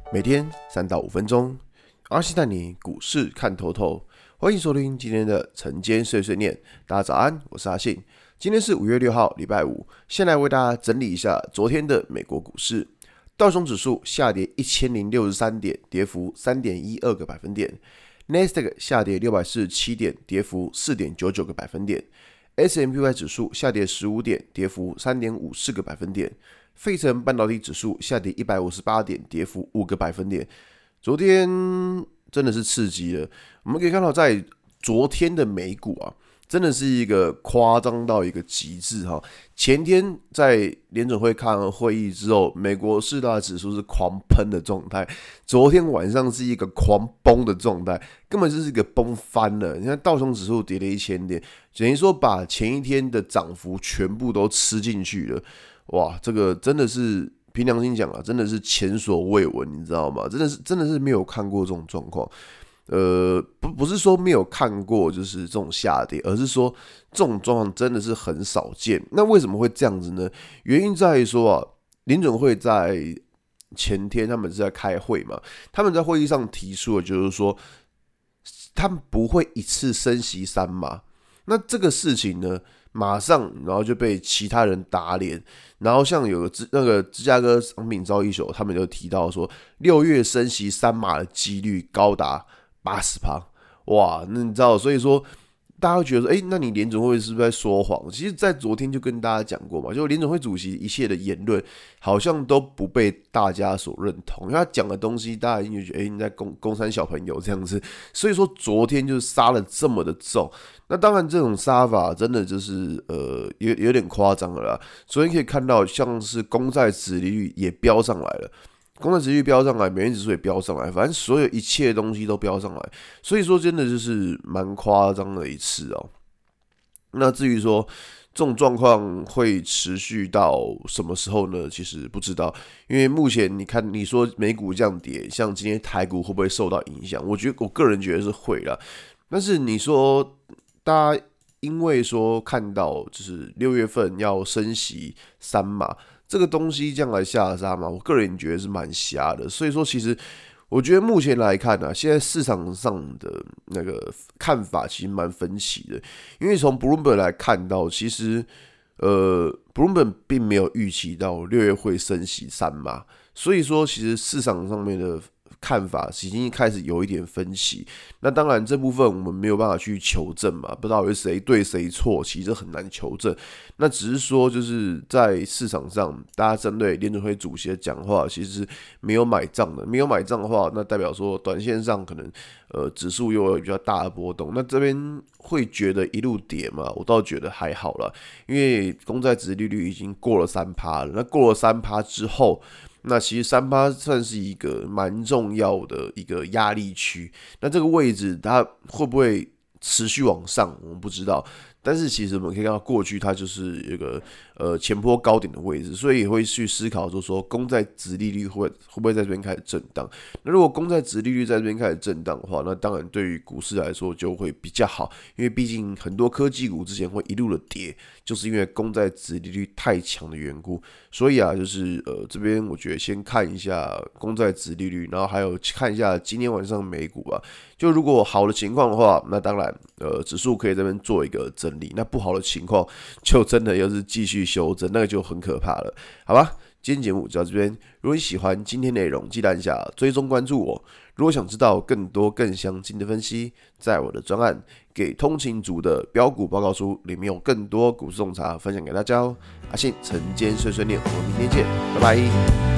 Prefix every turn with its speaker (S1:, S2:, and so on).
S1: 每天3到5分钟，阿信带你股市看透透。欢迎收听今天的晨间碎碎念。大家早安，我是阿信。今天是5月6号，礼拜五。先来为大家整理一下昨天的美国股市。道琼指数下跌1063点，跌幅3.12个百分点。Nasdaq 下跌647点，跌幅4.99个百分点。S&P500 指数下跌15点，跌幅3.54个百分点。费城半导体指数下跌158点，跌幅5个百分点。昨天真的是刺激了，我们可以看到，在昨天的美股啊，真的是一个夸张到一个极致哈。前天在联准会开完会议之后，美国四大指数是狂喷的状态，昨天晚上是一个狂崩的状态，根本就是一个崩翻了。你看道琼指数跌了1000点，等于说把前一天的涨幅全部都吃进去了。哇，这个真的是凭良心讲啊，真的是前所未闻，你知道吗？真的是没有看过这种状况。不是说没有看过，就是这种下跌，而是说这种状况真的是很少见。那为什么会这样子呢？原因在于说啊，联准会在前天他们是在开会嘛，他们在会议上提出的就是说，他们不会一次升息3码。那这个事情呢，马上然后就被其他人打脸，然后像有那个芝加哥商品交易所，他们就提到说，6月升息3码的几率高达80%，哇，那你知道，所以说大家会觉得说，那你联准会是不是在说谎？其实，在昨天就跟大家讲过嘛，就联准会主席一切的言论好像都不被大家所认同，因为他讲的东西，大家已经觉得，你在攻山小朋友这样子，所以说昨天就是杀了这么的重。那当然，这种杀法真的就是有点夸张了啦。昨天可以看到，像是公债殖利率也飙上来了。公债殖利率飙上来，美元指数也飙上来，反正所有一切东西都飙上来，所以说真的就是蛮夸张的一次哦。那至于说这种状况会持续到什么时候呢？其实不知道，因为目前你说美股这样跌，像今天台股会不会受到影响？我个人觉得是会啦。但是你说大家因为说看到就是6月份要升息3码。这个东西这样来下杀嘛，我个人觉得是蛮瞎的。所以说，其实我觉得目前来看呢，现在市场上的那个看法其实蛮分歧的。因为从 Bloomberg 来看到，其实Bloomberg 并没有预期到6月会升息3码，所以说其实市场上面的看法已经开始有一点分歧。那当然这部分我们没有办法去求证嘛，不知道有谁对谁错，其实很难求证。那只是说就是在市场上，大家针对联准会主席的讲话，其实是没有买账的。没有买账的话，那代表说短线上可能指数又有比较大的波动。那这边会觉得一路跌嘛？我倒觉得还好啦，因为公债殖利率已经过了3%了。那过了3%之后，那其实3%算是一个蛮重要的一个压力区，那这个位置它会不会持续往上，我们不知道。但是其实我们可以看到，过去它就是一个前波高点的位置，所以也会去思考说公债殖利率会不会在这边开始震荡。那如果公债殖利率在这边开始震荡的话，那当然对于股市来说就会比较好，因为毕竟很多科技股之前会一路的跌，就是因为公债殖利率太强的缘故。所以啊，就是这边我觉得先看一下公债殖利率，然后还有看一下今天晚上美股啊。就如果好的情况的话，那当然指数可以这边做一个整理。那不好的情况，就真的又是继续修正，那个就很可怕了，好吧？今天节目就到这边。如果你喜欢今天内容，记得按下追踪关注我。如果想知道更多更详尽的分析，在我的专案给通勤族的标股报告书里面有更多股市洞察分享给大家哦。阿信晨间碎碎念，我们明天见，拜拜。